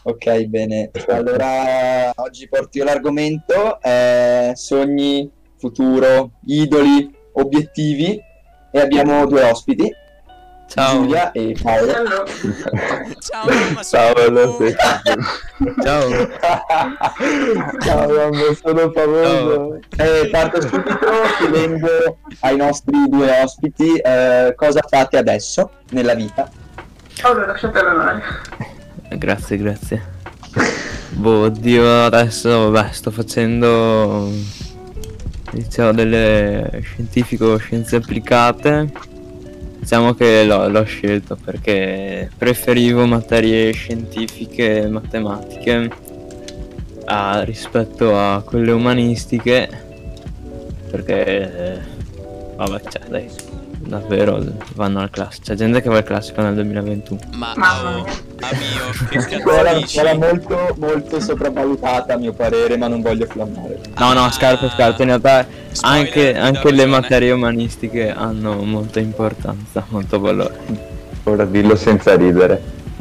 Ok, bene. Allora, oggi porto io l'argomento sogni, futuro, idoli, obiettivi e abbiamo due ospiti, Ciao. Giulia e Paolo. Hello. Ciao mamma, sono Paolo, tu. Ciao. Ciao, mamma, sono famoso. Parto subito chiedendo ai nostri due ospiti cosa fate adesso nella vita. Allora, lasciatelo andare. Grazie. Boh, oddio, adesso vabbè, sto facendo diciamo delle scienze applicate. Diciamo che l'ho scelto perché preferivo materie scientifiche e matematiche rispetto a quelle umanistiche, perché vabbè, cioè, dai, davvero vanno al classico. C'è gente che va al classico nel 2021. Ma Mamma oh, mia. amico, che Scuola cazzo dici? molto sopravvalutata a mio parere, ma non voglio flammare. No, scarpe, in realtà Spoiler, ti do anche le ragione. materie umanistiche hanno molta importanza, molto valore. Ora dillo senza ridere.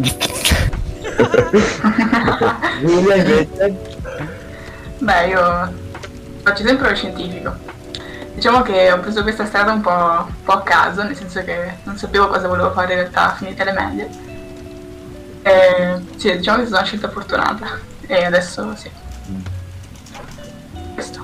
Giulia invece? Beh, io faccio sempre lo scientifico. Diciamo che ho preso questa strada un po' a caso, nel senso che non sapevo cosa volevo fare in realtà finite le medie. Sì, diciamo che è stata una scelta fortunata. E adesso sì. Questo.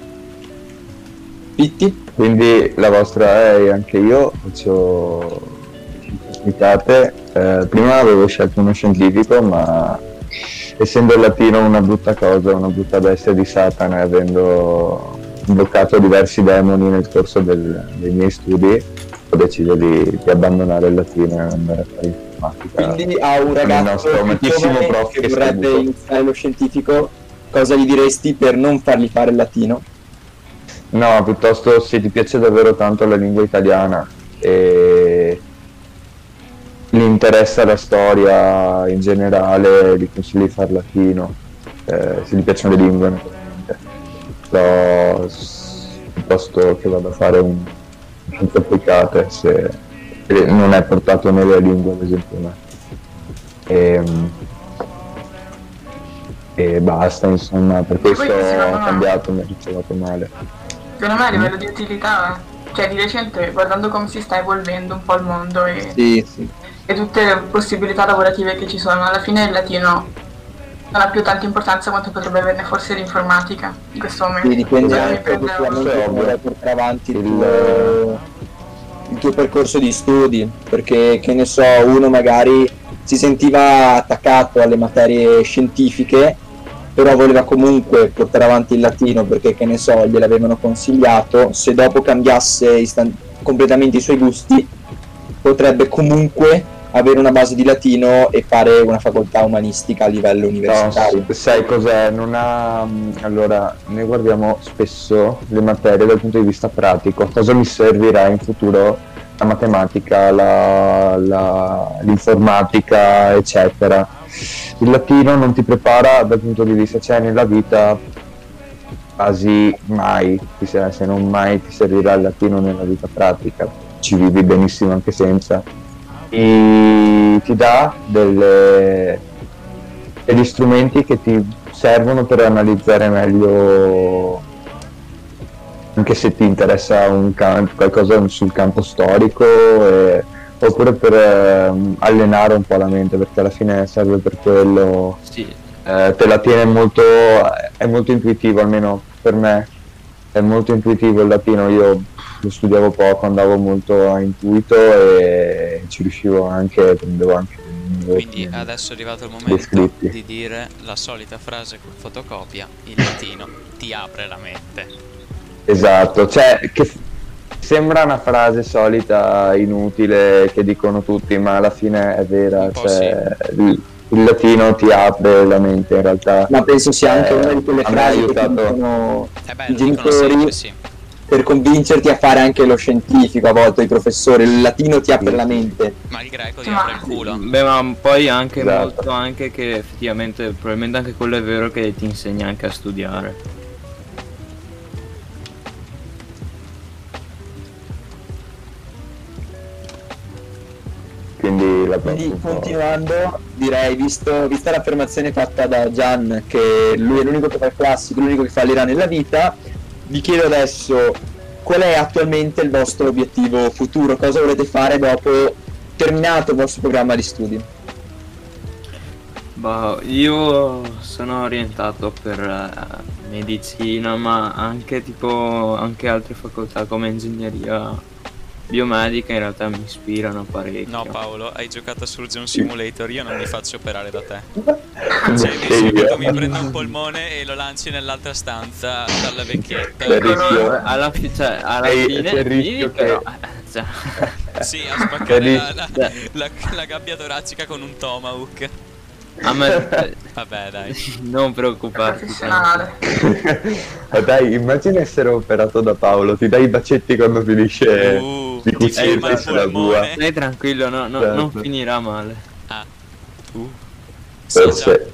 Pitti? Quindi la vostra è anche io faccio applicate. Prima avevo scelto uno scientifico, ma essendo il latino una brutta cosa, una brutta bestia di Satana, e avendo bloccato diversi demoni nel corso dei miei studi, ho deciso di abbandonare il latino e andare a fare informatica. Quindi a un Il ragazzo nostro più amatissimo giovane prof che che vorrebbe saluto. iniziare lo scientifico, cosa gli diresti per non fargli fare il latino? No, piuttosto se ti piace davvero tanto la lingua italiana e gli interessa la storia in generale, gli consiglio di far latino, se gli piacciono le lingue naturalmente. Però piuttosto che vada a fare un scienze applicate se non è portato nelle lingue, ad esempio me. E basta, insomma, per questo Poi, secondo ho me- cambiato, mi ho ritrovato male. Secondo me a livello di utilità, cioè di recente, guardando come si sta evolvendo un po' il mondo Sì. e tutte le possibilità lavorative che ci sono, alla fine il latino non ha più tanta importanza quanto potrebbe averne forse l'informatica in questo momento. Quindi dipende Cioè, mi anche prende- effettivamente Sì, come ovvio. vuoi portare avanti il tuo percorso di studi, perché che ne so, uno magari si sentiva attaccato alle materie scientifiche, però voleva comunque portare avanti il latino perché che ne so, gliel'avevano consigliato, se dopo cambiasse completamente i suoi gusti, potrebbe comunque avere una base di latino e fare una facoltà umanistica a livello universitario. No, sai cos'è? Non ha. Allora, noi guardiamo spesso le materie dal punto di vista pratico. Cosa mi servirà in futuro la matematica, l'informatica, eccetera. Il latino non ti prepara dal punto di vista, cioè nella vita quasi mai, se non mai ti servirà il latino nella vita pratica. Ci vivi benissimo anche senza. Ti dà degli strumenti che ti servono per analizzare meglio, anche se ti interessa qualcosa sul campo storico, oppure per allenare un po' la mente, perché alla fine serve per quello. Sì, Te la tiene è molto intuitivo, almeno per me è molto intuitivo il latino. Io lo studiavo poco, andavo molto a intuito e ci riuscivo anche, prendevo anche Quindi adesso è arrivato il momento descritti. di dire la solita frase con fotocopia in latino: ti apre la mente. Esatto, cioè che sembra una frase solita, inutile, che dicono tutti, ma alla fine è vera, Un po' cioè il latino ti apre la mente in realtà. Ma penso sia anche una di quelle a me ha frasi che ti aiutato. dicono Beh, i lo dicono genitori sempre, sì. per convincerti a fare anche lo scientifico, a volte i professori, il latino ti apre la mente. Ma il greco ti Ma- apre il culo. beh, ma poi anche Esatto. molto anche che effettivamente probabilmente anche quello è vero, che ti insegna anche a studiare. Quindi la Quindi continuando, direi, vista l'affermazione fatta da Gian che lui è l'unico che fa il classico, l'unico che fallirà nella vita, vi chiedo adesso qual è attualmente il vostro obiettivo futuro, cosa volete fare dopo terminato il vostro programma di studi? Boh, io sono orientato per medicina, ma anche anche altre facoltà come ingegneria biomedica in realtà mi ispirano parecchio. No Paolo, hai giocato a Surgeon Simulator, io non mi faccio operare da te. Cioè, Cioè, di subito mi prendo un polmone e lo lanci nell'altra stanza dalla vecchietta. C'è il rischio, Alla fine c'è il rischio però, che... Sì, a spaccare la gabbia toracica con un tomahawk. a me Vabbè, dai. non preoccuparti. Professionale. Ma dai, immagina essere operato da Paolo, ti dai i bacetti quando finisce di ti ferma il cucirti sulla bua. polmone. Stai tranquillo, non Certo. finirà male. Ah. Per Sì, già. sé.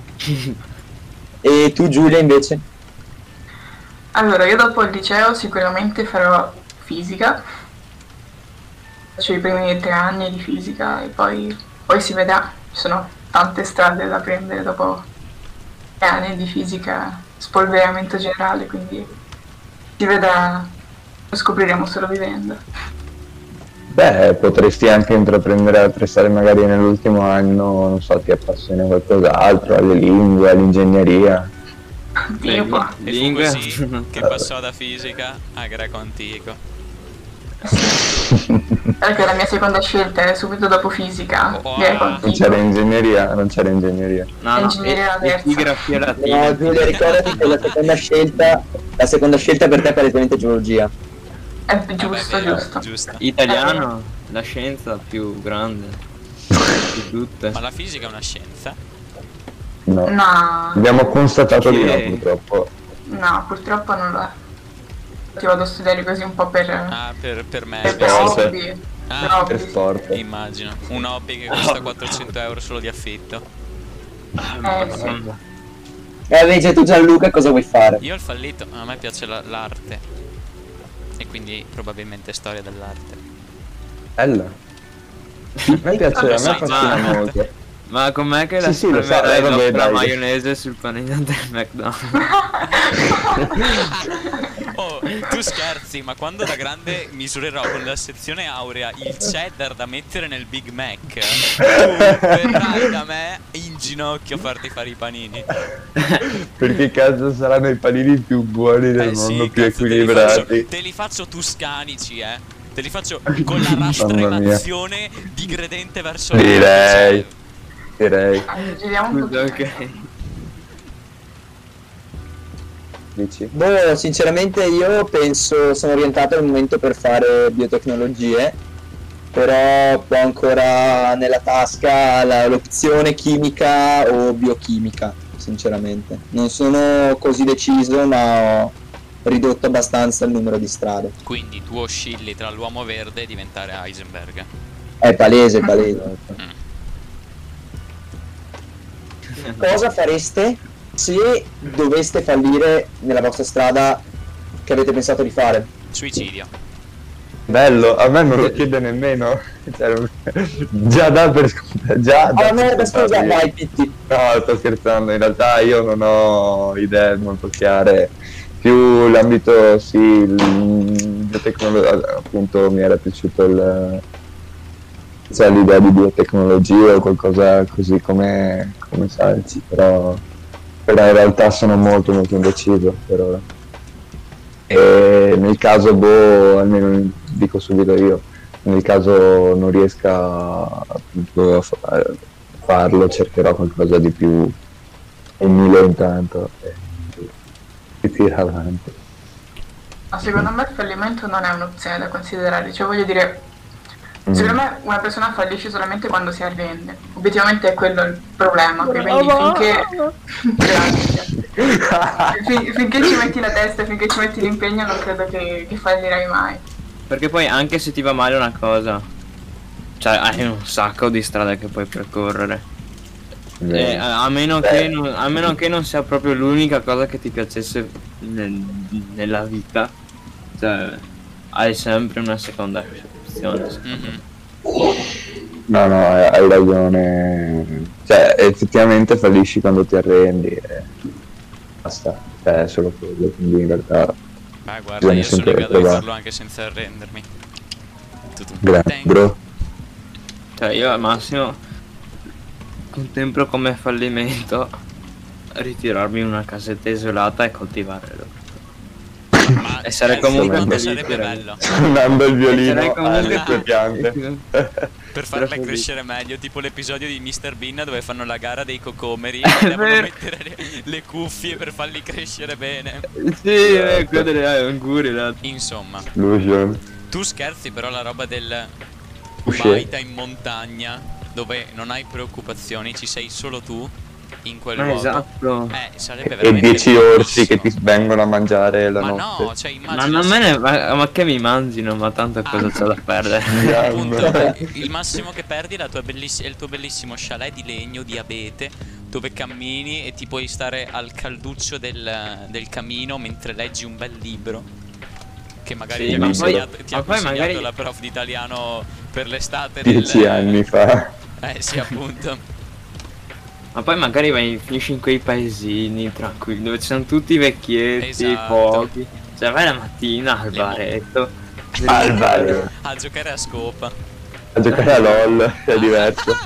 E tu Giulia invece? Allora, io dopo il liceo sicuramente farò fisica. Faccio i primi 3 anni di fisica e poi si vedrà. Ci sono tante strade da prendere dopo 3 anni di fisica, spolveramento generale, quindi si vedrà, lo scopriremo solo vivendo. Beh, potresti anche intraprendere altre strade magari nell'ultimo anno, non so, ti appassiona qualcos'altro, alle lingue, all'ingegneria. Dio qua. E fu Lingue. così che passò da fisica a greco antico. Perché la mia seconda scelta è subito dopo fisica, Oh, greco Non antico. c'era ingegneria, non c'era ingegneria. No, Ingegneria terza. epigrafia latina. No Giulia, ricordati che la seconda scelta per te è palesemente geologia. È Vabbè, giusto, vero, giusto. giusto. Italiano, la scienza più grande di tutte. Ma la fisica è una scienza? No. No, Abbiamo constatato di no, Che- purtroppo. no, purtroppo non lo è. Ti vado a studiare così un po' per Ah, per me. per sport. hobby. Ah, Per hobby, Per sì. sport. Immagino. Un hobby che costa 400 euro solo di affitto. Sì. E invece tu Gianluca cosa vuoi fare? Io ho il fallito, a me piace l'arte. E quindi probabilmente storia dell'arte. Bella. A me piace, a me Sai, affascina ma- molto. Ma com'è che Sì, sì, lo so, vabbè, la dai. maionese sul panino del McDonald's? Oh, tu scherzi, ma quando da grande misurerò con la sezione aurea il cheddar da mettere nel Big Mac, tu verrai da me in ginocchio a farti fare i panini. Perché cazzo saranno i panini più buoni del mondo, sì, più cazzo, equilibrati. te li faccio tuscanici, Te li faccio con la rastremazione digredente verso l'alto. Direi. Direi. Giriamo un Scusa, po'. ok. Dici? Boh, sinceramente io penso sono orientato al momento per fare biotecnologie, però ho ancora nella tasca l'opzione chimica o biochimica, sinceramente. Non sono così deciso, ma ho ridotto abbastanza il numero di strade. Quindi tu oscilli tra l'uomo verde e diventare Heisenberg. È palese, palese. Cosa fareste se doveste fallire nella vostra strada che avete pensato di fare? Suicidio. Bello, a me non lo chiede nemmeno. Cioè, già da per scontato. Già da Oh merda, per scusa, scontato. vai Pitti. No, sto scherzando, in realtà io non ho idee molto chiare. Più l'ambito, sì, biotecnologia, appunto mi era piaciuto cioè, l'idea di biotecnologia o qualcosa così come salci, però in realtà sono molto indeciso per ora. E nel caso, boh, almeno dico subito io, nel caso non riesca appunto a farlo, cercherò qualcosa di più umile intanto e tira avanti. Ma secondo me il fallimento non è un'opzione da considerare, cioè voglio dire, secondo me una persona fallisce solamente quando si arrende. Obiettivamente è quello il problema, quindi finché ci metti la testa, finché ci metti l'impegno non credo che fallirai mai. Perché poi anche se ti va male una cosa, cioè hai un sacco di strade che puoi percorrere. A meno che non sia proprio l'unica cosa che ti piacesse nella vita, cioè hai sempre una seconda opzione. Mhm. No, no, hai ragione. Cioè, effettivamente fallisci quando ti arrendi e basta. Cioè, è solo quello, quindi in realtà Guarda, bisogna io sono sempre in grado di provare. farlo anche senza arrendermi. Grazie, bro. Cioè io al massimo contemplo come fallimento ritirarmi in una casetta isolata e coltivare l'orto. Ma E sarei pensa comunque quanto felice, sarebbe ragazzi. bello Suonando il violino Sarei comunque alle tue piante. per farle felice. crescere meglio, tipo l'episodio di Mr. Bean dove fanno la gara dei cocomeri e devono vero. mettere le cuffie per farli crescere bene. Sì, quello delle auguri, là. Insomma, Illusion. tu scherzi, però la roba del Uscì. baita in montagna dove non hai preoccupazioni, ci sei solo tu in quel luogo. Esatto. Sarebbe E veramente 10 orsi che bellissimo. ti vengono a mangiare la Ma notte. no, cioè Ma immagina non me ne ma che mi mangino, ma tanto cosa c'è da perdere? appunto il massimo che perdi è è il tuo bellissimo chalet di legno di abete dove cammini e ti puoi stare al calduccio del camino mentre leggi un bel libro che magari Sì, ti ma ha poi- consegnato, ma poi magari- la prof di italiano per l'estate 10 anni fa. sì, appunto. Ma poi magari finisci in quei paesini tranquilli dove ci sono tutti i vecchietti, Esatto. pochi. Cioè vai la mattina al Le mo- baretto. Al bar. A giocare a scopa. A giocare a LOL è diverso.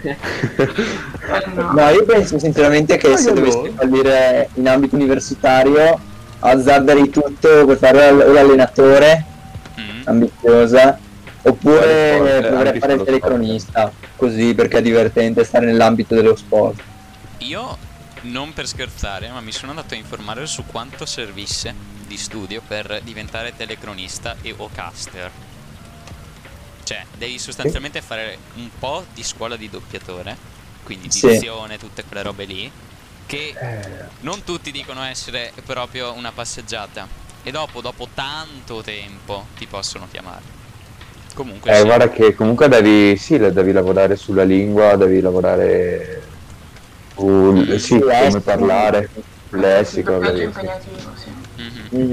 No. No, io penso sinceramente che se dovessi fallire in ambito universitario, azzarderei tutto per fare l'allenatore, Mm. ambiziosa, Fare oppure sport, dovrei anche fare il solo telecronista, così perché è divertente stare nell'ambito dello sport. Io, non per scherzare, ma mi sono andato a informare su quanto servisse di studio per diventare telecronista o caster. Cioè, devi sostanzialmente fare un po' di scuola di doppiatore, quindi Sì. dizione, tutte quelle robe lì, che non tutti dicono essere proprio una passeggiata. E dopo tanto tempo, ti possono chiamare. Comunque sì. Guarda che comunque devi lavorare sulla lingua, devi lavorare su sì, come lessico. parlare, sul lessico. È vabbè, sì. impegnativo, sì. Mhm.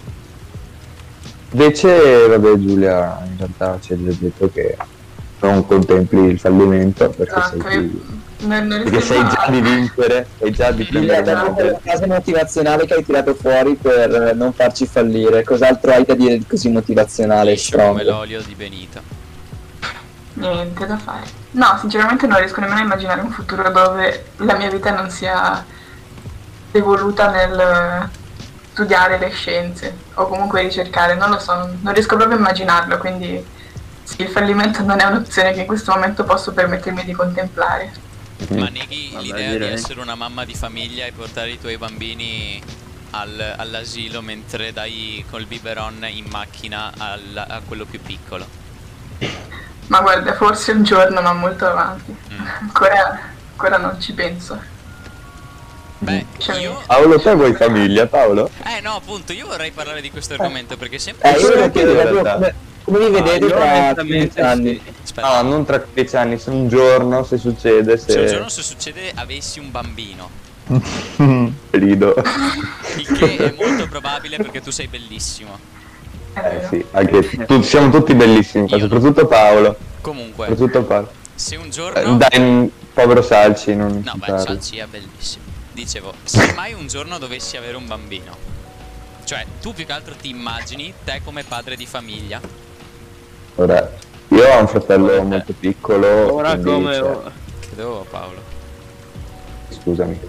Invece, vabbè, Giulia in realtà ci ha già detto che non contempli il fallimento perché Esatto, sei, io non perché sei già di vincere, sei già di Giulia, prendere dammi una quella frase motivazionale che hai tirato fuori per non farci fallire. Cos'altro hai da dire di così motivazionale e Liscio come strong? l'olio di Benito. Niente da fare. No, sinceramente non riesco nemmeno a immaginare un futuro dove la mia vita non sia evoluta nel studiare le scienze o comunque ricercare, non lo so, non riesco proprio a immaginarlo, quindi sì, il fallimento non è un'opzione che in questo momento posso permettermi di contemplare. Ma neghi Vabbè, l'idea direi. di essere una mamma di famiglia e portare i tuoi bambini all'asilo mentre dai col biberon in macchina a quello più piccolo? Ma guarda, forse un giorno, ma molto avanti. Mm. Ancora non ci penso. Beh, Cioè, io... Paolo, te vuoi famiglia, Paolo? no, appunto, io vorrei parlare di questo argomento perché sempre... Io Sì, lo chiedo in proprio realtà. come vi vedete Io tra onestamente 15 anni? sì. Aspetta, No, non tra 10 anni, se un giorno, se succede, se un giorno se... se succede avessi un bambino, Rido. il che è molto probabile perché tu sei bellissimo. è vero. Sì, anche siamo tutti bellissimi, Io no. soprattutto Paolo. Comunque, Soprattutto Paolo. se un giorno... Dai, povero Salci, non No, beh, farlo. Salci è bellissimo. Dicevo, se mai un giorno dovessi avere un bambino, cioè tu più che altro ti immagini te come padre di famiglia. Ora, io ho un fratello molto piccolo. Ora quindi, come cioè, ora. Credo Paolo. Scusami.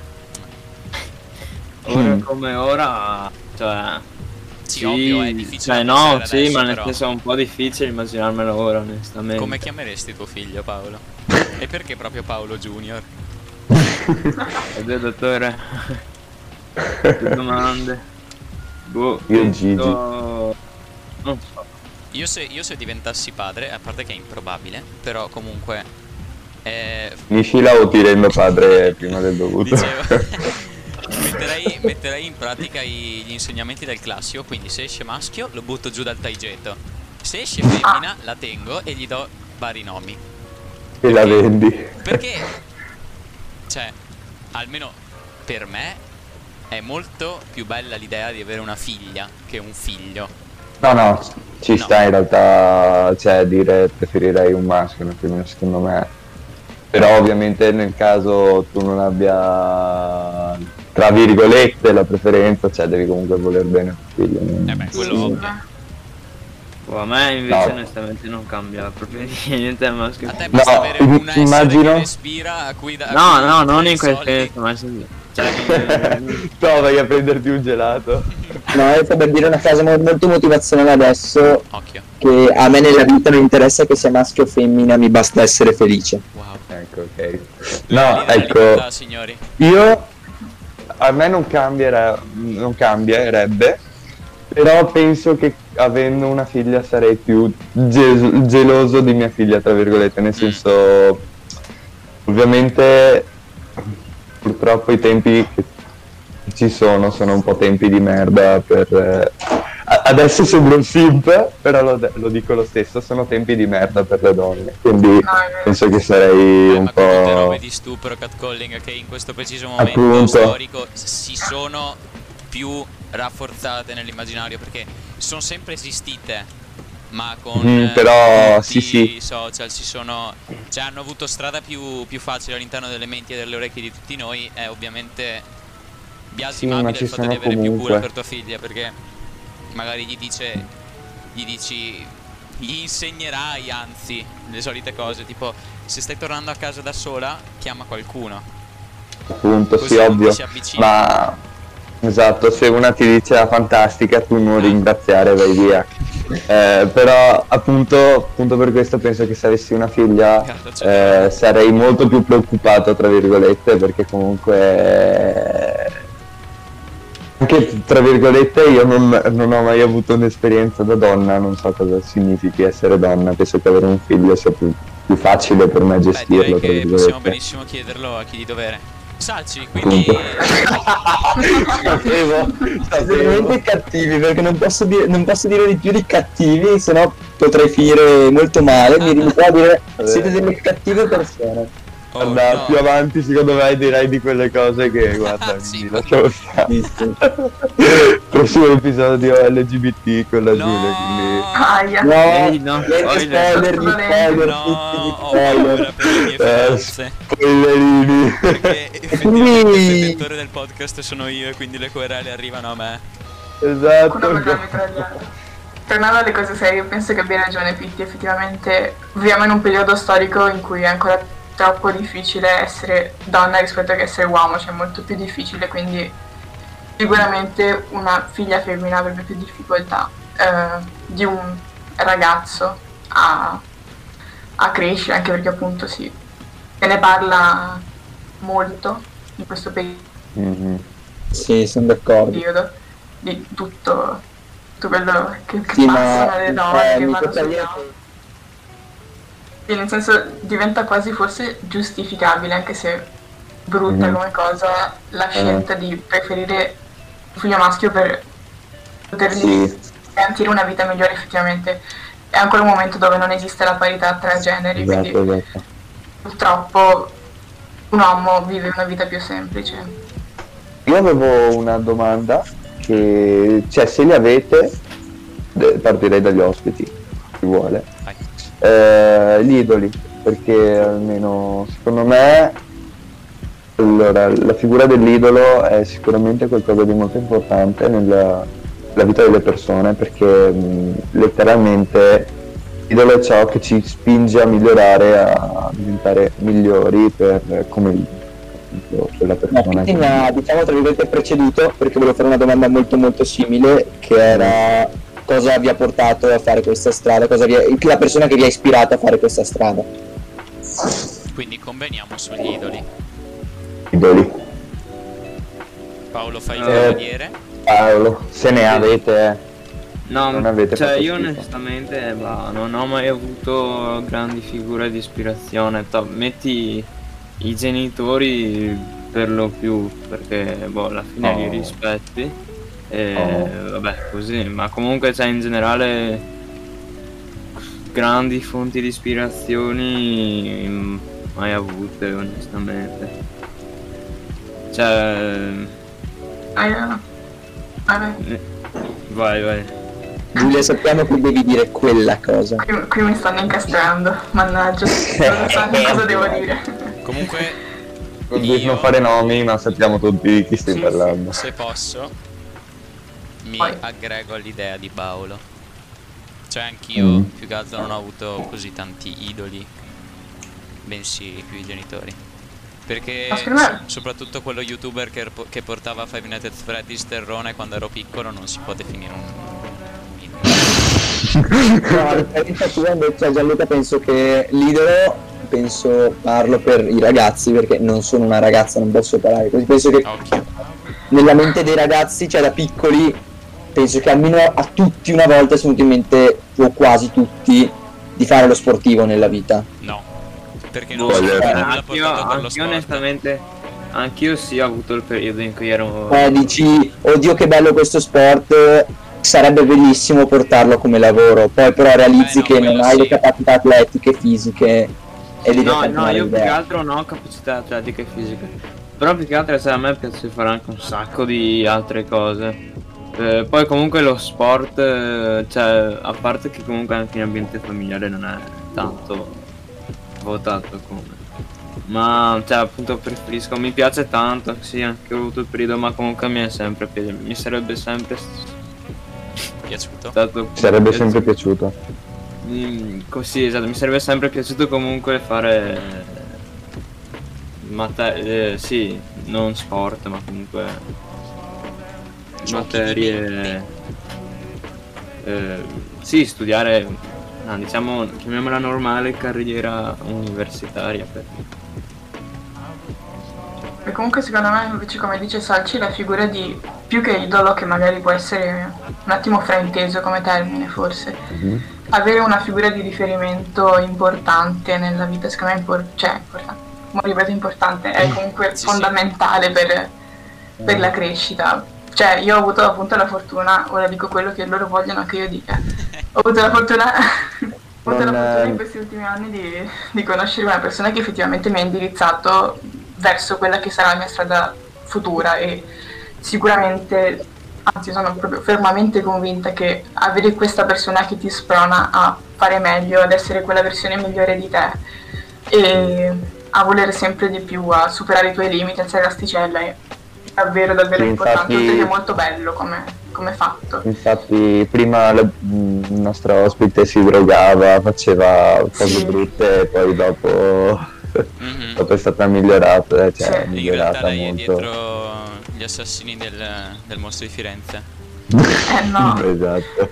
Ora come ora, cioè... Sì, ovvio, è difficile Cioè da no, pensare sì, adesso, ma nel però. senso è un po' difficile immaginarmelo ora, onestamente. Come chiameresti tuo figlio, Paolo? E perché proprio Paolo Junior? Ed è dottore. Che domande. Boh, Io Gigi. non so. Io se diventassi padre, a parte che è improbabile, però comunque... Finiscila o ti rendo padre prima del dovuto. Dicevo... metterei in pratica gli insegnamenti del classico, quindi se esce maschio lo butto giù dal taigetto, se esce femmina la tengo e gli do vari nomi. E la vendi. Perché, cioè, almeno per me è molto più bella l'idea di avere una figlia che un figlio. No, ci No. sta in realtà, cioè dire preferirei un maschio, una femmina, secondo me. Però ovviamente nel caso tu non abbia, tra virgolette, la preferenza, cioè devi comunque voler bene a tuo figlio. Beh, quello Sì, ovvio. A me invece No. onestamente non cambia proprio niente al maschio. A te basta avere un essere immagino- che respira a cui da No, cui no, non dai in quel soldi. senso, ma cioè, No, vai a prenderti un gelato. No, io sto per dire una cosa molto motivazionale adesso, Occhio. che a me nella vita non interessa che sia maschio o femmina, mi basta essere felice. Wow. Ecco, ok. La No, della ecco, libertà, signori. io a me non cambierebbe, però penso che avendo una figlia sarei più geloso di mia figlia, tra virgolette, nel senso, ovviamente purtroppo i tempi che ci sono un po' tempi di merda per adesso sembro un simp, però lo dico lo stesso, sono tempi di merda per le donne, quindi No, è vero. penso che sarei un Ma con tutte robe po'... di stupro, catcalling, che in questo preciso momento Appunto. storico si sono più rafforzate nell'immaginario, perché sono sempre esistite, ma con però, tutti sì. i social cioè hanno avuto strada più facile all'interno delle menti e delle orecchie di tutti noi. È ovviamente biasimabile ma ci il fatto sono di avere più comunque. cura per tua figlia, perché magari gli insegnerai anzi le solite cose, tipo se stai tornando a casa da sola chiama qualcuno, Appunto, così sì, ovvio, si avvicina. ma esatto, se una ti dice la fantastica tu non ringraziare, vai via. Però appunto per questo penso che se avessi una figlia sarei molto più preoccupato, tra virgolette, perché comunque anche tra virgolette io non ho mai avuto un'esperienza da donna, non so cosa significhi essere donna, penso che avere un figlio sia più facile per me Beh, gestirlo, direi tra che possiamo virgolette. benissimo chiederlo a chi di dovere. Salci, quindi Sapevo. Veramente cattivi, perché non posso dire di più di cattivi, sennò potrei finire molto male. Mi limiterò a dire siete delle cattive persone. oh, Guarda, no. più avanti secondo me direi di quelle cose che guarda, Sì. mi lasciamo stare. Prossimo episodio LGBT con la Giulia, quindi Aia. No, no, niente spoiler. spoiler, No, tutti gli ho paura spoiler. per le mie finanze, spoilerini. perché effettivamente il detentore del podcast sono io e quindi le querele arrivano a me. Esatto. Qualcuno potrà mitragliare. Tornando alle cose serie, penso che abbia ragione Pitti, effettivamente viviamo in un periodo storico in cui è ancora troppo difficile essere donna rispetto che essere uomo, cioè molto più difficile, quindi sicuramente una figlia femmina avrebbe più difficoltà di un ragazzo a crescere, anche perché appunto se ne parla molto in questo Mhm. Sì, sono d'accordo. periodo di tutto quello che Sì, passano le donne, che mi vanno tocca sugli dire altri. Sì, nel senso diventa quasi forse giustificabile, anche se brutta Mhm. come cosa, la scelta di preferire un figlio maschio per potergli Sì. garantire una vita migliore. Effettivamente è ancora un momento dove non esiste la parità tra generi, quindi Esatto. purtroppo un uomo vive una vita più semplice. Io avevo una domanda che, cioè, se li avete, partirei dagli ospiti, chi vuole. Vai. Gli idoli, perché almeno secondo me, allora, la figura dell'idolo è sicuramente qualcosa di molto importante nella vita delle persone, perché letteralmente l'idolo è ciò che ci spinge a migliorare, a diventare migliori per come quella No, persona. Pitti mi ha, diciamo, tra virgolette preceduto, perché volevo fare una domanda molto molto simile, che era cosa vi ha portato a fare questa strada, la persona che vi ha ispirato a fare questa strada. Quindi conveniamo sugli idoli. Idoli. Paolo, fai il Eh. cavaliere. Paolo, se ne avete, No, non avete cioè fatto io schifo. onestamente non ho mai avuto grandi figure di ispirazione. Metti i genitori per lo più, perché boh, alla fine li Oh. rispetti e Oh. vabbè così, ma comunque c'è in generale grandi fonti di ispirazioni mai avute onestamente. Cioè Vabbè. vai. Giulia, sappiamo che devi dire quella cosa. Qui mi stanno incastrando, mannaggia, non so cosa devo dire. Comunque Non fare nomi, ma sappiamo tutti di chi stai parlando. se posso mi Poi. aggrego all'idea di Paolo. Cioè anch'io più che altro non ho avuto così tanti idoli, bensì più i genitori. Perché Ma secondo me- soprattutto quello youtuber che portava Five Nights at Freddy's terrone quando ero piccolo non si può definire un idolo. No, a differenza tua invece, Gianluca, penso che l'idolo, parlo per i ragazzi perché non sono una ragazza, non posso parlare così, penso che Occhio. nella mente dei ragazzi, cioè da piccoli, penso che almeno a tutti una volta è venuto in mente, o quasi tutti, di fare lo sportivo nella vita. No, perché non Voglio- non l'ha Anch'io, portato per lo anch'io sport. onestamente, anch'io sì ho avuto il periodo in cui ero... Dici, oddio che bello questo sport, sarebbe bellissimo portarlo come lavoro, poi però realizzi No, che non quello hai le sì. capacità atletiche, fisiche e devi No, accantonare io più che l'idea. altro non ho capacità atletica e fisica. Però più che altro a me piace fare anche un sacco di altre cose. Poi comunque lo sport, cioè, a parte che comunque anche in ambiente familiare non è tanto votato come. Ma cioè appunto preferisco, mi piace tanto, sì, anche ho avuto il periodo, ma comunque mi sarebbe sempre Piaciuto. stato Sarebbe sempre piaciuto. Così, esatto, mi sarebbe sempre piaciuto comunque fare sì, non sport, ma comunque Giochi di materie, sì, studiare, no, diciamo, chiamiamola normale carriera universitaria E comunque secondo me invece, come dice Salci, la figura di più che idolo, che magari può essere un attimo frainteso come termine forse, avere una figura di riferimento importante nella vita, secondo me importante, come ripeto importante, è comunque Sì, fondamentale per la crescita. Cioè io ho avuto appunto la fortuna, ora dico quello che loro vogliono che io dica, ho avuto la fortuna in questi ultimi anni di conoscere una persona che effettivamente mi ha indirizzato verso quella che sarà la mia strada futura, e sicuramente, anzi sono proprio fermamente convinta che avere questa persona che ti sprona a fare meglio, ad essere quella versione migliore di te e a volere sempre di più, a superare i tuoi limiti, alzare l'asticella, è davvero Sì, importante, infatti- oltre che molto bello come fatto. Infatti prima il nostro ospite si drogava, faceva cose Sì. brutte e poi dopo, Mhm. dopo è stata migliorata, cioè Sì. è In realtà migliorata lei è molto. dietro gli assassini del mostro di Firenze. No. Esatto.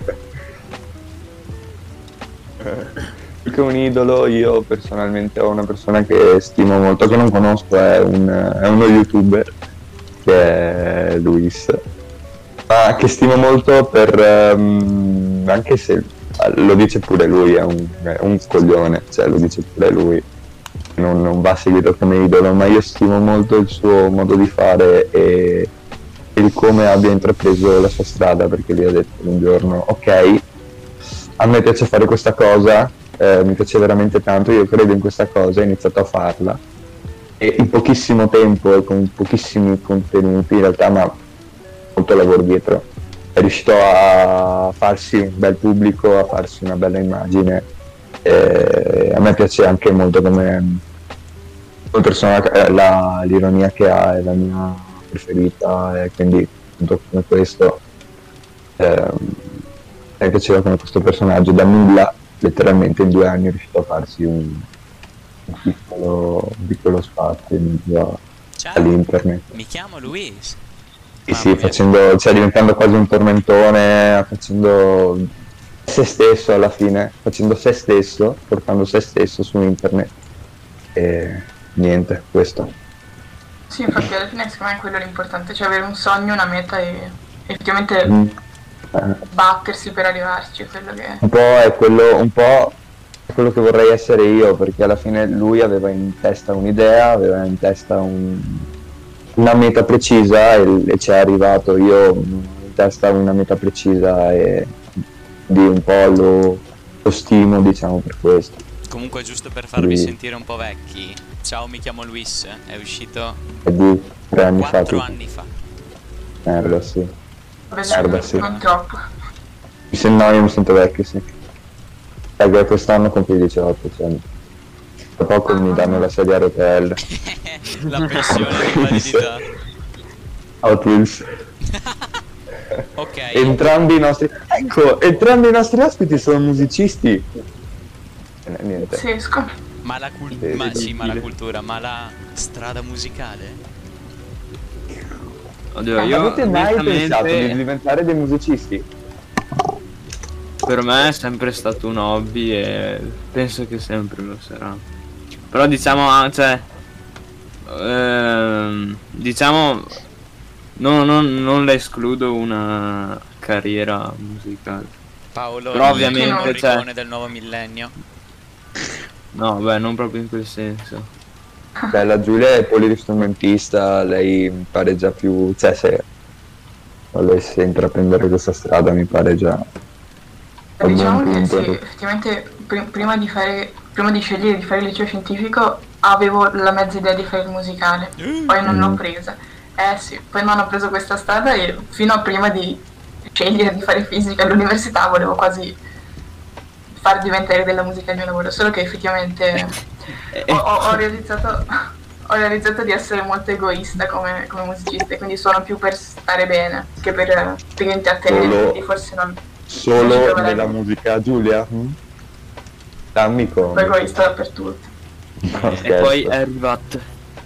Più che un idolo, io personalmente ho una persona che stimo molto, che non conosco, è uno youtuber, che è Luis, ma che stimo molto per, anche se lo dice pure lui, è un coglione, cioè lo dice pure lui, non va seguito come idolo, ma io stimo molto il suo modo di fare e il come abbia intrapreso la sua strada, perché lui ha detto un giorno: ok, a me piace fare questa cosa, mi piace veramente tanto, io credo in questa cosa, ho iniziato a farla e in pochissimo tempo e con pochissimi contenuti, in realtà, ma molto lavoro dietro, è riuscito a farsi un bel pubblico, a farsi una bella immagine. A me piace anche molto come persona, l'ironia che ha è la mia preferita, e quindi appunto come questo mi piaceva come questo personaggio da nulla, letteralmente in 2 anni è riuscito a farsi un piccolo spazio in mezzo Ciao, all'internet. mi chiamo Luis. Sì, cioè diventando quasi un tormentone, facendo se stesso alla fine, facendo se stesso, portando se stesso su internet. E niente, questo. Sì, infatti alla fine secondo me è quello l'importante, cioè avere un sogno, una meta e effettivamente battersi per arrivarci, è quello che... Un po' è quello che vorrei essere io, perché alla fine lui aveva in testa un'idea, aveva in testa una meta precisa e ci è arrivato. Io ho in testa una meta precisa e di un po' lo stimo, diciamo, per questo. Comunque, giusto per farvi Sì. sentire un po' vecchi, ciao, mi chiamo Luis, è uscito E di 3 anni fa. 4 tipo. anni fa. Merda, sì. Vabbè, Guarda, sì. non troppo. No, io mi sento vecchio, sì. Perché quest'anno compio 18, cioè. Tra poco mi danno la sedia a rotelle. La pensione di validità. Hot Wheels. Ok. Entrambi i nostri ospiti sono musicisti. Niente. Pazzesco. Ma la cultura, ma la strada musicale? Oddio, io Avete mai pensato di onestamente, diventare dei musicisti? per me è sempre stato un hobby e penso che sempre lo sarà. Però diciamo, cioè, diciamo, non le escludo una carriera musicale. Paolo, Però il ovviamente, ricone del nuovo millennio. No, beh, non proprio in quel senso. Beh, la Giulia è polistrumentista, lei mi pare già più, cioè se volesse intraprendere questa strada mi pare già a Diciamo buon che punto. sì, effettivamente prima di scegliere di fare il liceo scientifico avevo la mezza idea di fare il musicale, poi non l'ho presa. Sì, poi non ho preso questa strada e fino a prima di scegliere di fare fisica all'università volevo quasi far diventare della musica il mio lavoro, solo che effettivamente ho realizzato di essere molto egoista come musicista, e quindi suono più per stare bene che per intrattenere, quindi forse non Solo nella musica, Giulia? Dammi sono come. egoista dappertutto. No, E scherzo. poi è arrivato.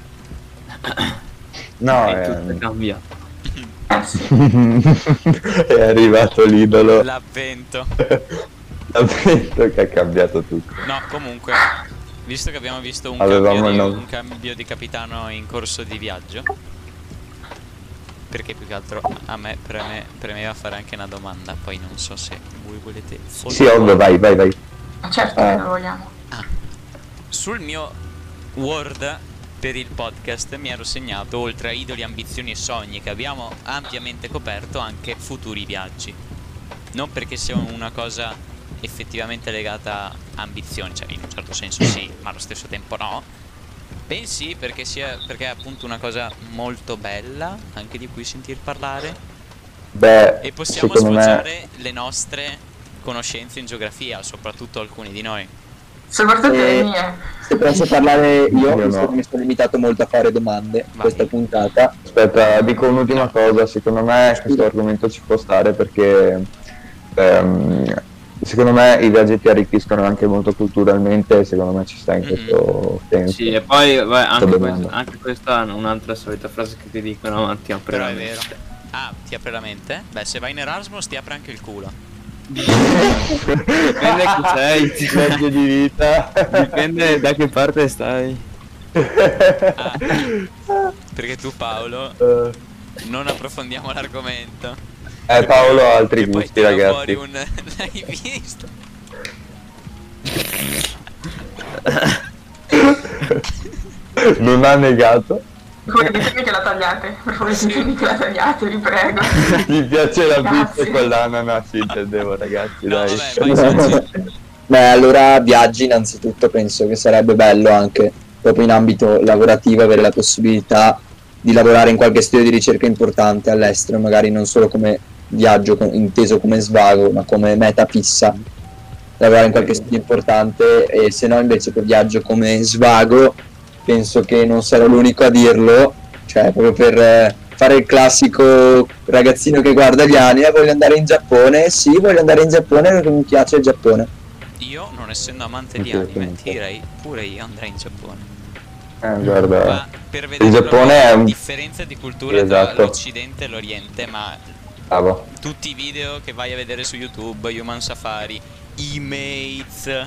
No, E tutto cambia. Sì. è arrivato l'idolo. L'avvento. L'avvento che ha cambiato tutto. No, comunque, visto che abbiamo visto Avevamo un cambio di capitano in corso di viaggio, perché più che altro a me premeva fare anche una domanda, poi non so se voi volete. Sì, ovvio, vai. Ma certo che lo vogliamo. Sul mio Word per il podcast mi ero segnato, oltre a idoli, ambizioni e sogni che abbiamo ampiamente coperto, anche futuri viaggi. Non perché sia una cosa effettivamente legata a ambizioni, cioè in un certo senso sì, ma allo stesso tempo no. Bensì perché è appunto una cosa molto bella, anche di cui sentir parlare, Beh, e possiamo secondo sfoggiare le nostre conoscenze in geografia, soprattutto alcuni di noi. Soprattutto le mie. Se posso parlare io, Io visto no. che mi sono limitato molto a fare domande Vai. questa puntata. Aspetta, dico un'ultima cosa, secondo me questo argomento ci può stare perché secondo me i viaggi ti arricchiscono anche molto culturalmente e secondo me ci sta in questo senso. Sì, e poi anche, domanda. anche questa è un'altra solita frase che ti dicono, ma ti apre Però la è vero. mente. Ah, ti apre la mente? Beh, se vai in Erasmus ti apre anche il culo. Dipende chi sei, Viaggio di vita. dipende da che parte stai. Ah, perché tu, Paolo, non approfondiamo l'argomento. Paolo ha altri E poi gusti, tira ragazzi. fuori un... L'hai visto? Non ha negato. Come ditemi che la tagliate, per favore ditemi che la tagliate, vi prego. Mi piace la Grazie. pizza con l'ananas, intendevo, ragazzi, No, dai. vabbè, vai, Sanzi. Beh, allora viaggi innanzitutto penso che sarebbe bello anche proprio in ambito lavorativo avere la possibilità di lavorare in qualche studio di ricerca importante all'estero, magari non solo come viaggio inteso come svago, ma come meta fissa, lavorare in qualche studio importante, e se no invece per viaggio come svago penso che non sarò l'unico a dirlo, cioè proprio per fare il classico ragazzino che guarda gli anime, voglio andare in Giappone, sì, voglio andare in Giappone perché mi piace il Giappone. Io, non essendo amante di Anche anime, io. ti direi pure io andrei in Giappone. Guarda, Ma per vedere il Giappone proprio è la un... differenza di cultura Esatto. tra l'Occidente e l'Oriente, ma Bravo. tutti i video che vai a vedere su YouTube, Human Safari, Imates,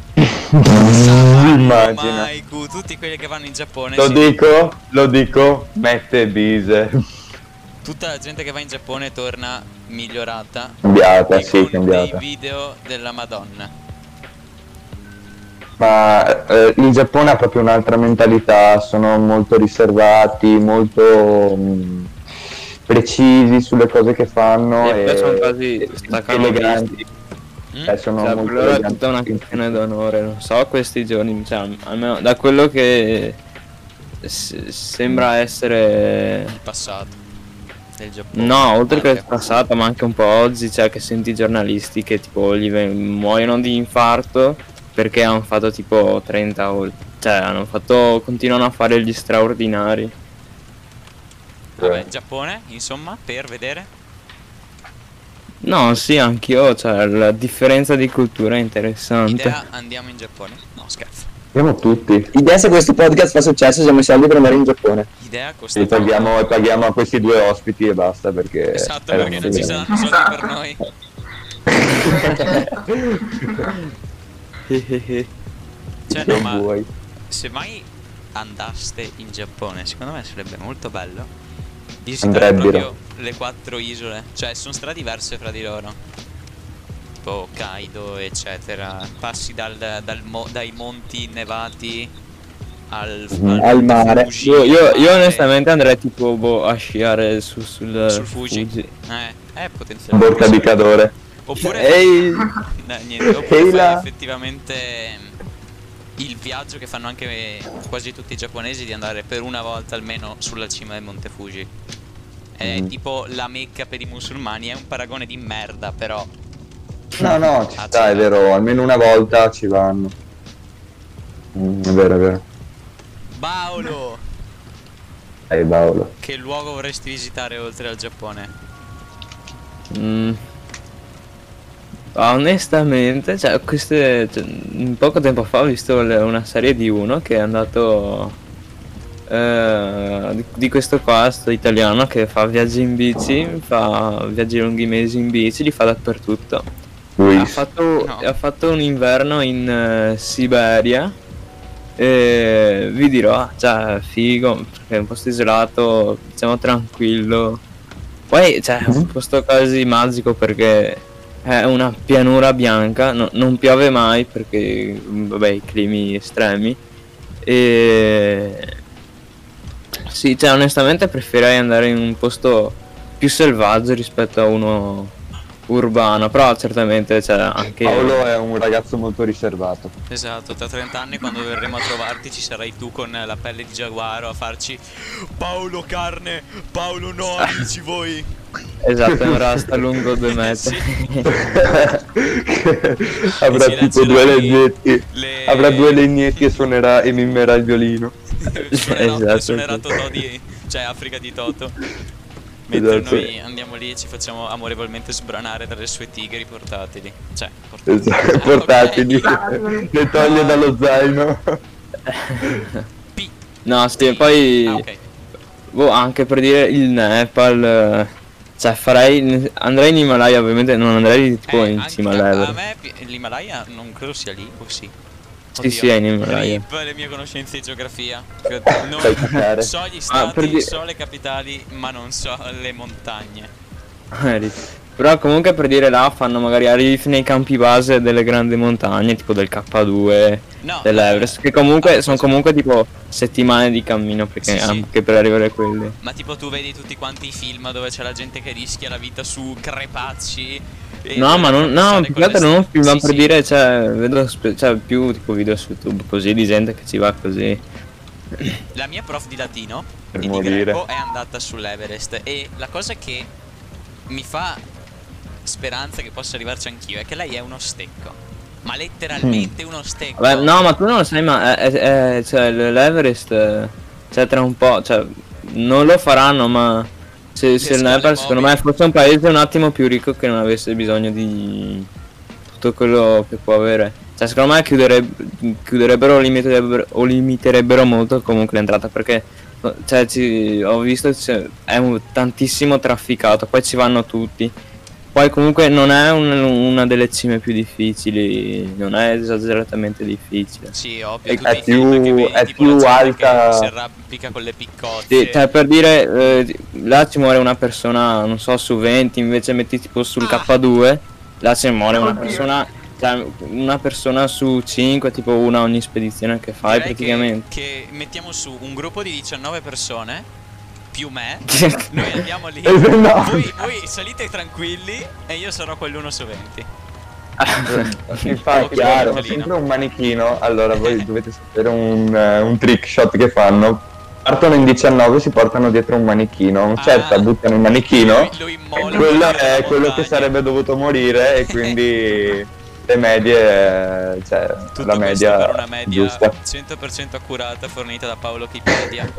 Immagina. Maiku, tutti quelli che vanno in Giappone, Lo dico, mette bise. tutta la gente che va in Giappone torna migliorata Cambiata, e sì, con cambiata. dei video della Madonna. Ma il Giappone ha proprio un'altra mentalità, sono molto riservati, molto precisi sulle cose che fanno E poi sono e quasi staccanovisti. eleganti. Sono Cioè, molto per loro è eleganti. tutta una questione d'onore, non so, questi giorni, cioè, almeno da quello che sembra essere Il passato. del Giappone. No, oltre che Anche. il passato, ma anche un po' oggi, cioè che senti i giornalisti che tipo muoiono di infarto perché hanno fatto tipo 30 o cioè continuano a fare gli straordinari. Vabbè, Giappone, insomma, per vedere. No, sì, anch'io, cioè la differenza di cultura è interessante. Idea, andiamo in Giappone. No, scherzo. Siamo tutti. Idea, se questo podcast fa successo, siamo i soldi per andare in Giappone. Idea costa E paghiamo a questi due ospiti e basta, perché... Esatto, perché non ci saranno soldi per noi. Cioè, no, Non ma vuoi. se mai andaste in Giappone, secondo me sarebbe molto bello visitare Andrebbero. proprio le 4 isole. Cioè, sono stradiverse fra di loro. Tipo Hokkaido, eccetera. Passi dai monti innevati Al mare. Fuji, Io onestamente andrei tipo a sciare sul Fuji. In Potenzialmente. bocca di cadore. Oppure Ehi, niente, oppure Ehi fai là. effettivamente il viaggio che fanno anche quasi tutti i giapponesi di andare per una volta almeno sulla cima del Monte Fuji. È tipo la Mecca per i musulmani, è un paragone di merda, però No, ci sta, è vero, almeno una volta ci vanno. È vero, è vero. Paolo, Paolo. che luogo vorresti visitare oltre al Giappone? onestamente, cioè, poco tempo fa ho visto una serie di uno che è andato di questo qua, sto italiano che fa viaggi in bici, fa viaggi lunghi mesi in bici, li fa dappertutto. Ha fatto un inverno in Siberia e vi dirò, cioè, figo, perché è un posto isolato, diciamo tranquillo. Poi c'è un posto quasi magico perché è una pianura bianca, non piove mai perché, vabbè, i climi estremi. E sì, cioè onestamente preferirei andare in un posto più selvaggio rispetto a uno urbano, però certamente c'è anche... Paolo è un ragazzo molto riservato. Esatto, tra 30 anni quando verremo a trovarti ci sarai tu con la pelle di giaguaro a farci Paolo carne, Paolo no, amici voi. Esatto, è un rasta lungo 2 metri. Avrà E ci tipo lancerai 2 legnetti. le- Avrà 2 legnetti e suonerà e mimerà il violino. Esatto, suonerà sì. Totò cioè Africa di Toto. Mentre Esatto. noi andiamo lì e ci facciamo amorevolmente sbranare dalle sue tigri portatili. Cioè, portatili. Esatto, portatili. Ok. Le toglie dallo zaino. P. No, sì, e poi ok. boh, anche per dire il Nepal, cioè andrei in Himalaya, ovviamente non andrei tipo in Anche cima a all'Everest. me l'Himalaya non credo sia lì, o sì? Sì, sì, è in Himalaya. Rip le mie conoscenze di geografia. Sai giocare. So gli Ah, per stati, dire- so le capitali, ma non so le montagne. Però comunque per dire là fanno magari arrivi nei campi base delle grandi montagne, tipo del K2, No, dell'Everest, che comunque sono comunque tipo settimane di cammino perché Sì, sì. anche per arrivare a quelli. ma tipo tu vedi tutti quanti i film dove c'è la gente che rischia la vita su crepacci. e No, ma deve non, no, passare più con che altro le non film, ma sì, per sì. dire, cioè, vedo cioè, più tipo video su YouTube così di gente che ci va così. La mia prof di latino Per e di morire. greco è andata sull'Everest e la cosa che mi fa speranza che possa arrivarci anch'io è che lei è uno stecco. Ma letteralmente uno stecco. Vabbè, no, ma tu non lo sai, ma cioè, l'Everest, cioè, tra un po', cioè, non lo faranno, ma se il scale Nepal, secondo me, mobili. fosse un paese un attimo più ricco che non avesse bisogno di tutto quello che può avere. Cioè, secondo me chiuderebbero o limiterebbero molto comunque l'entrata, perché, cioè, ho visto, cioè, è tantissimo trafficato, poi ci vanno tutti. Poi comunque non è una delle cime più difficili, non è esageratamente difficile. Sì, ovvio, È tutti i film che vedi, è tipo più la gente alta. che si arrampica con le piccotte. Sì, cioè per dire, là ci muore una persona, non so, su 20, invece metti tipo sul K2, là ci muore una Oddio. persona, cioè una persona su 5, tipo una ogni spedizione che fai Direi praticamente. che mettiamo su un gruppo di 19 persone più me. Noi andiamo lì. No. Voi salite tranquilli e io sarò quell'uno su 20. Infatti, Chiaro. hanno sempre un manichino. Allora, voi dovete sapere un trick shot che fanno. Partono in 19, si portano dietro un manichino. A un certo buttano il manichino. Lo E immolano quello nella è quello che montagna. sarebbe dovuto morire. E quindi le medie, cioè Tutto la questo media, per una media giusta. 100% accurata fornita da Paolo Wikipedia.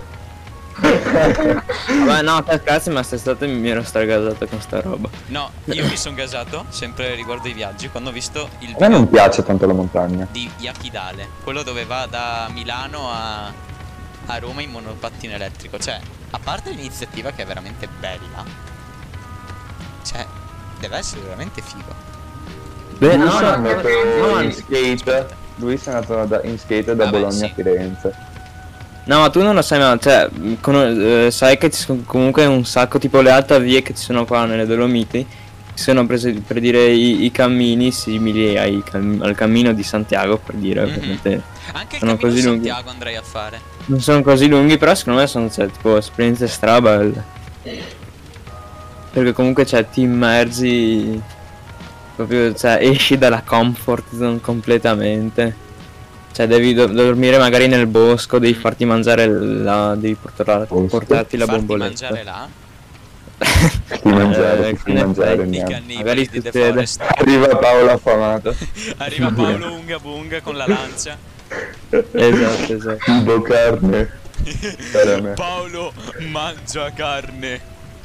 Vabbè, no, per cazzo, ma quest'estate mi ero stragasato con sta roba. No, io mi sono gasato, sempre riguardo i viaggi, quando ho visto il A me non video piace tanto la montagna. di Yakidale, quello dove va da Milano a Roma in monopattino elettrico. Cioè, a parte l'iniziativa che è veramente bella, cioè, deve essere veramente figo. Beh, Lui no, è no, andato no, in skate. Lui è andato in skate da Vabbè, Bologna sì. a Firenze. no, ma tu non lo sai, ma cioè, sai che ci sono comunque un sacco, tipo le altavie che ci sono qua nelle Dolomiti, ci sono prese per dire i cammini simili al cammino di Santiago, per dire, Mhm. ovviamente. Anche il Sono cammino così di lunghi. Santiago andrei a fare. Non sono così lunghi, però secondo me sono, cioè, tipo esperienze strabelle. Perché comunque, cioè, ti immergi proprio, cioè, esci dalla comfort zone completamente. Cioè, devi dormire magari nel bosco, devi farti mangiare devi portarti la Farti bomboletta. mangiare là, Di mangiare, in di mangiare effetti. i niente. cannibali Magari di The succede. Forest. Arriva Paolo affamato. Arriva Paolo Unga Bunga con la lancia. Esatto, esatto. Cibo, carne. Per me. Paolo mangia carne.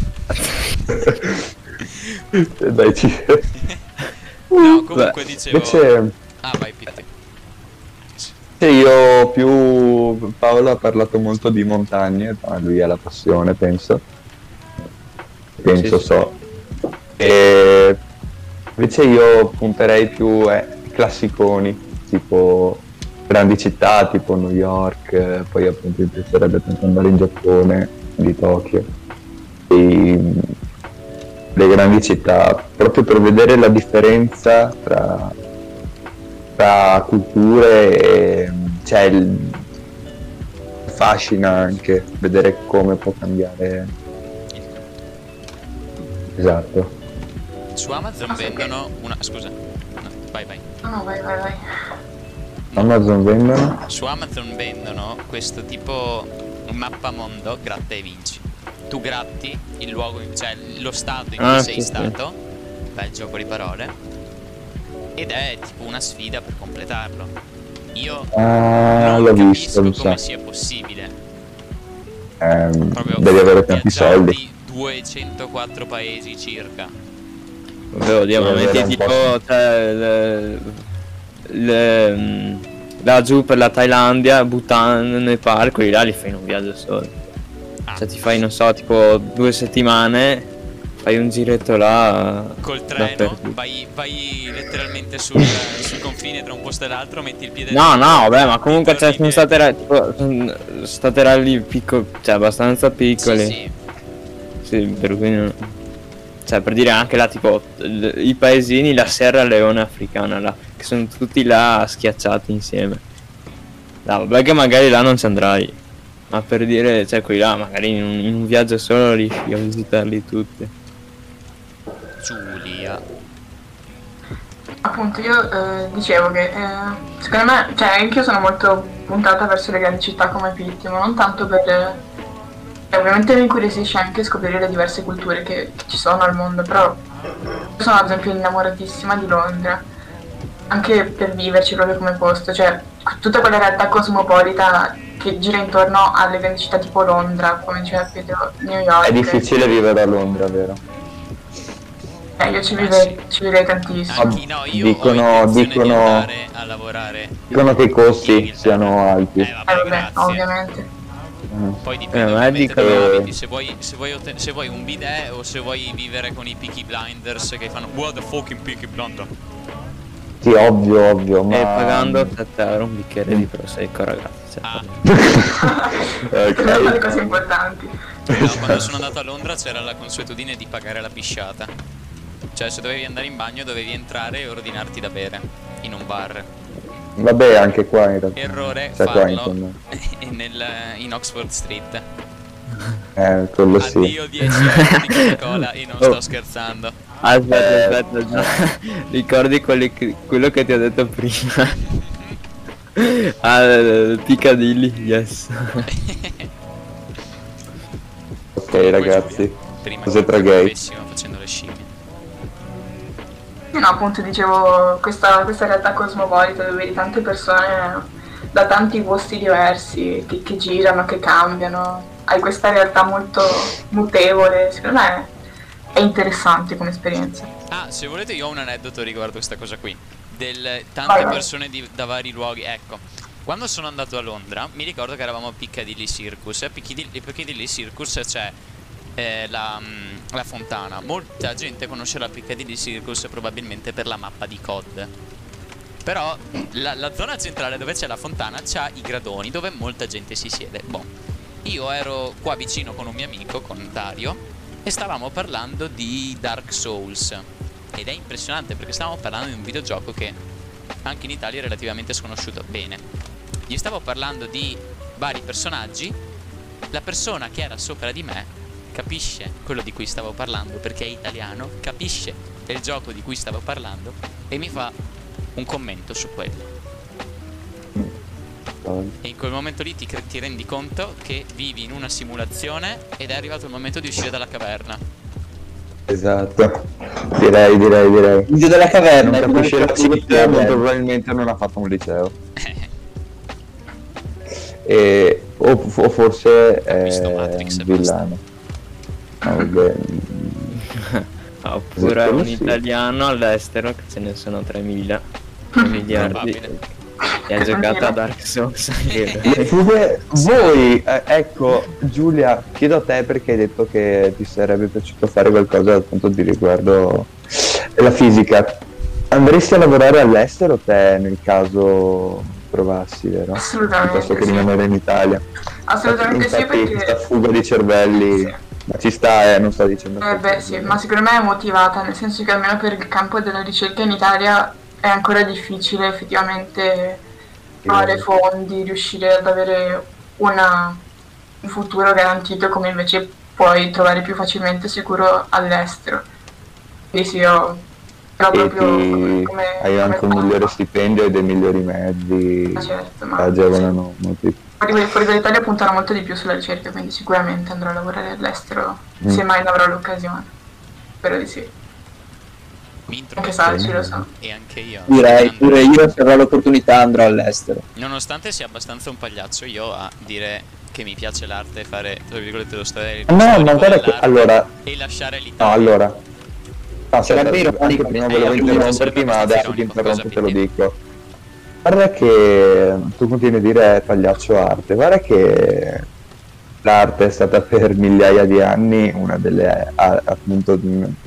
Dai, No, comunque dicevo. Invece Ah, vai Pitti. io più... Paolo ha parlato molto di montagne, ma lui ha la passione, penso. Penso, Sì. so. E invece io punterei più classiconi, tipo grandi città, tipo New York, poi appunto mi piacerebbe tanto andare in Giappone, di Tokyo. E le grandi città, proprio per vedere la differenza tra culture e cioè affascina anche vedere come può cambiare. Esatto. Su Amazon vendono una. Scusa. No, vai. No, vai. Amazon vendono? Su Amazon vendono questo tipo mappamondo gratta e vinci. Tu gratti il luogo, cioè lo stato in cui Ah, sei sì, sì. stato. Bel gioco di parole. Ed è tipo una sfida per completarlo. Io Ah, non l'ho visto, capisco mi come sa. sia possibile. Proprio Devi avere tanti viaggiarti soldi. 204 paesi circa. Vabbè, oddio, ma Era metti un tipo, po'. cioè, là giù per la Thailandia, Bhutan, Nepal, quelli là li fai in un viaggio solo. Ah, Cioè ti fai, non so, tipo 2 settimane, fai un giretto là. col treno dappertutto. vai letteralmente sul confine tra un posto e l'altro, metti il piede No, dentro, no, vabbè, ma comunque cioè, torni sono indietro. state rally piccoli, cioè abbastanza piccoli. Sì, Sì, per cui cioè per dire anche là tipo i paesini, la Serra Leone africana là, che sono tutti là schiacciati insieme. No, vabbè che magari là non ci andrai, ma per dire, cioè quelli là magari in un viaggio solo riesci a visitarli tutti. Giulia. Appunto, io dicevo che secondo me, cioè anche io sono molto puntata verso le grandi città come Pitti, ma non tanto per... ovviamente mi incuriosisce anche scoprire le diverse culture che ci sono al mondo, però io sono ad esempio innamoratissima di Londra, anche per viverci proprio come posto, cioè tutta quella realtà cosmopolita che gira intorno alle grandi città tipo Londra, come diceva Pietro, New York. È difficile vivere a Londra, vero? Io ci vivrei tantissimo. Anche no, io Dicono- ho intenzione di dicono- andare a lavorare. Dicono che i costi siano alti. Vabbè, Vabbè, grazie. ovviamente. Poi dipende ma ovviamente dicono- dove abiti. Se vuoi un bidet o se vuoi vivere con i Peaky Blinders che fanno what the fucking Peaky Blinder. Sì, ovvio, ma... E pagando 7 euro un bicchiere di prosecco, ragazzi. Cioè, Ah, Sono le Ok. cose importanti. no, quando sono andato a Londra c'era la consuetudine di pagare la pisciata. Cioè se dovevi andare in bagno dovevi entrare e ordinarti da bere in un bar. Vabbè, anche qua in realtà. Errore Cioè, qua farlo insomma. in Oxford Street. Quello sì. Addio 10 euro di Coca-Cola e non Oh. sto scherzando. aspetta, già. Ricordi quello che ti ho detto prima? Piccadilly, yes. Comunque, ragazzi, Giulia, prima cose che tra gay. interrompessimo facendo le scimmie. No, appunto dicevo, questa realtà cosmopolita dove vedi tante persone da tanti posti diversi che girano, che cambiano, hai questa realtà molto mutevole, secondo me è interessante come esperienza. Ah, se volete io ho un aneddoto riguardo questa cosa qui. Tante Vai. persone da vari luoghi. Ecco, quando sono andato a Londra mi ricordo che eravamo a Piccadilly Circus. A Piccadilly Circus c'è la fontana. Molta gente conosce la Piccadilly Circus probabilmente per la mappa di COD. Però la zona centrale dove c'è la fontana c'ha i gradoni dove molta gente si siede. Boh, io ero qua vicino con un mio amico, con Dario, e stavamo parlando di Dark Souls. Ed è impressionante perché stavamo parlando di un videogioco che anche in Italia è relativamente sconosciuto. Bene, gli stavo parlando di vari personaggi. La persona che era sopra di me capisce quello di cui stavo parlando perché è italiano, capisce il gioco di cui stavo parlando e mi fa un commento su quello. E in quel momento lì ti rendi conto che vivi in una simulazione ed è arrivato il momento di uscire dalla caverna. Esatto, direi. Il video della caverna. Non capisce la città, molto probabilmente non ha fatto un liceo. O forse Visto Matrix è e un villano. Oppure un italiano all'estero, che ce ne sono 3.000 miliardi, Probabile. e ha giocato a Dark Souls. Le fughe, voi, ecco, Giulia, chiedo a te perché hai detto che ti sarebbe piaciuto fare qualcosa dal punto di riguardo la fisica. Andresti a lavorare all'estero te nel caso provassi, vero? Assolutamente Piuttosto che sì. rimanere in Italia. Assolutamente sì, Infatti, perché questa fuga di cervelli, Sì. ma ci sta, non sto dicendo. beh sì, ma secondo me è motivata, nel senso che almeno per il campo della ricerca in Italia è ancora difficile effettivamente trovare fondi, riuscire ad avere un futuro garantito come invece puoi trovare più facilmente sicuro all'estero. Quindi sì, io però E proprio come hai anche un come migliore stipendio e dei migliori mezzi Ah, certo, ma che agevolano molto. fuori dall'Italia puntano molto di più sulla ricerca, quindi sicuramente andrò a lavorare all'estero se mai ne avrò l'occasione. Spero di sì. Mi Anche intrometto Salci lo so. e anche io. Direi pure io, se avrò l'opportunità andrò all'estero. Nonostante sia abbastanza un pagliaccio io a dire che mi piace l'arte e fare, tra virgolette, lo storia No, ma guarda dell'arte allora, e lasciare no, l'Italia. allora. No, Sarà aspetta, vero, anche Nico, prima hai volevo appunto, interromperti, ma sarebbe adesso ti ironico, interrompo e te lo cosa, dico. Guarda che tu continui a dire pagliaccio arte, guarda che l'arte è stata per migliaia di anni una delle appunto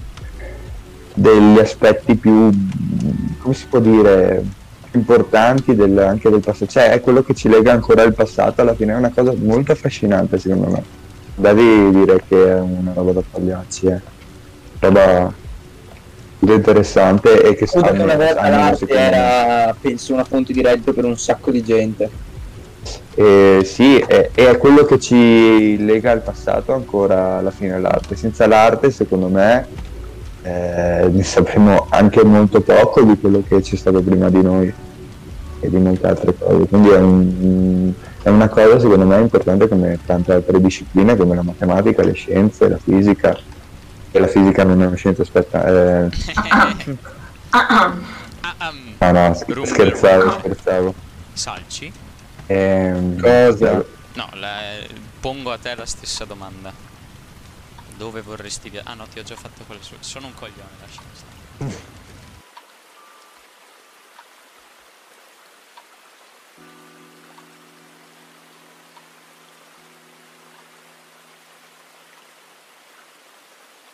degli aspetti più, come si può dire, più importanti anche del passato, cioè è quello che ci lega ancora al passato, alla fine è una cosa molto affascinante secondo me. Devi dire che è una roba da pagliacci, roba interessante e che Scusa che una volta anima, l'arte secondo me. era, penso, una fonte di reddito per un sacco di gente. Sì, è quello che ci lega al passato ancora alla fine l'arte. Senza l'arte, secondo me, ne sapremo anche molto poco di quello che c'è stato prima di noi e di molte altre cose. Quindi è una cosa, secondo me, importante come tante altre discipline, come la matematica, le scienze, la fisica. E la fisica non è una scienza, aspetta. No, scherzavo. Salci? Cosa? No, pongo a te la stessa domanda. Dove vorresti viaggiare? Ah no, ti ho già fatto quella sua. Sono un coglione, lasciami stare.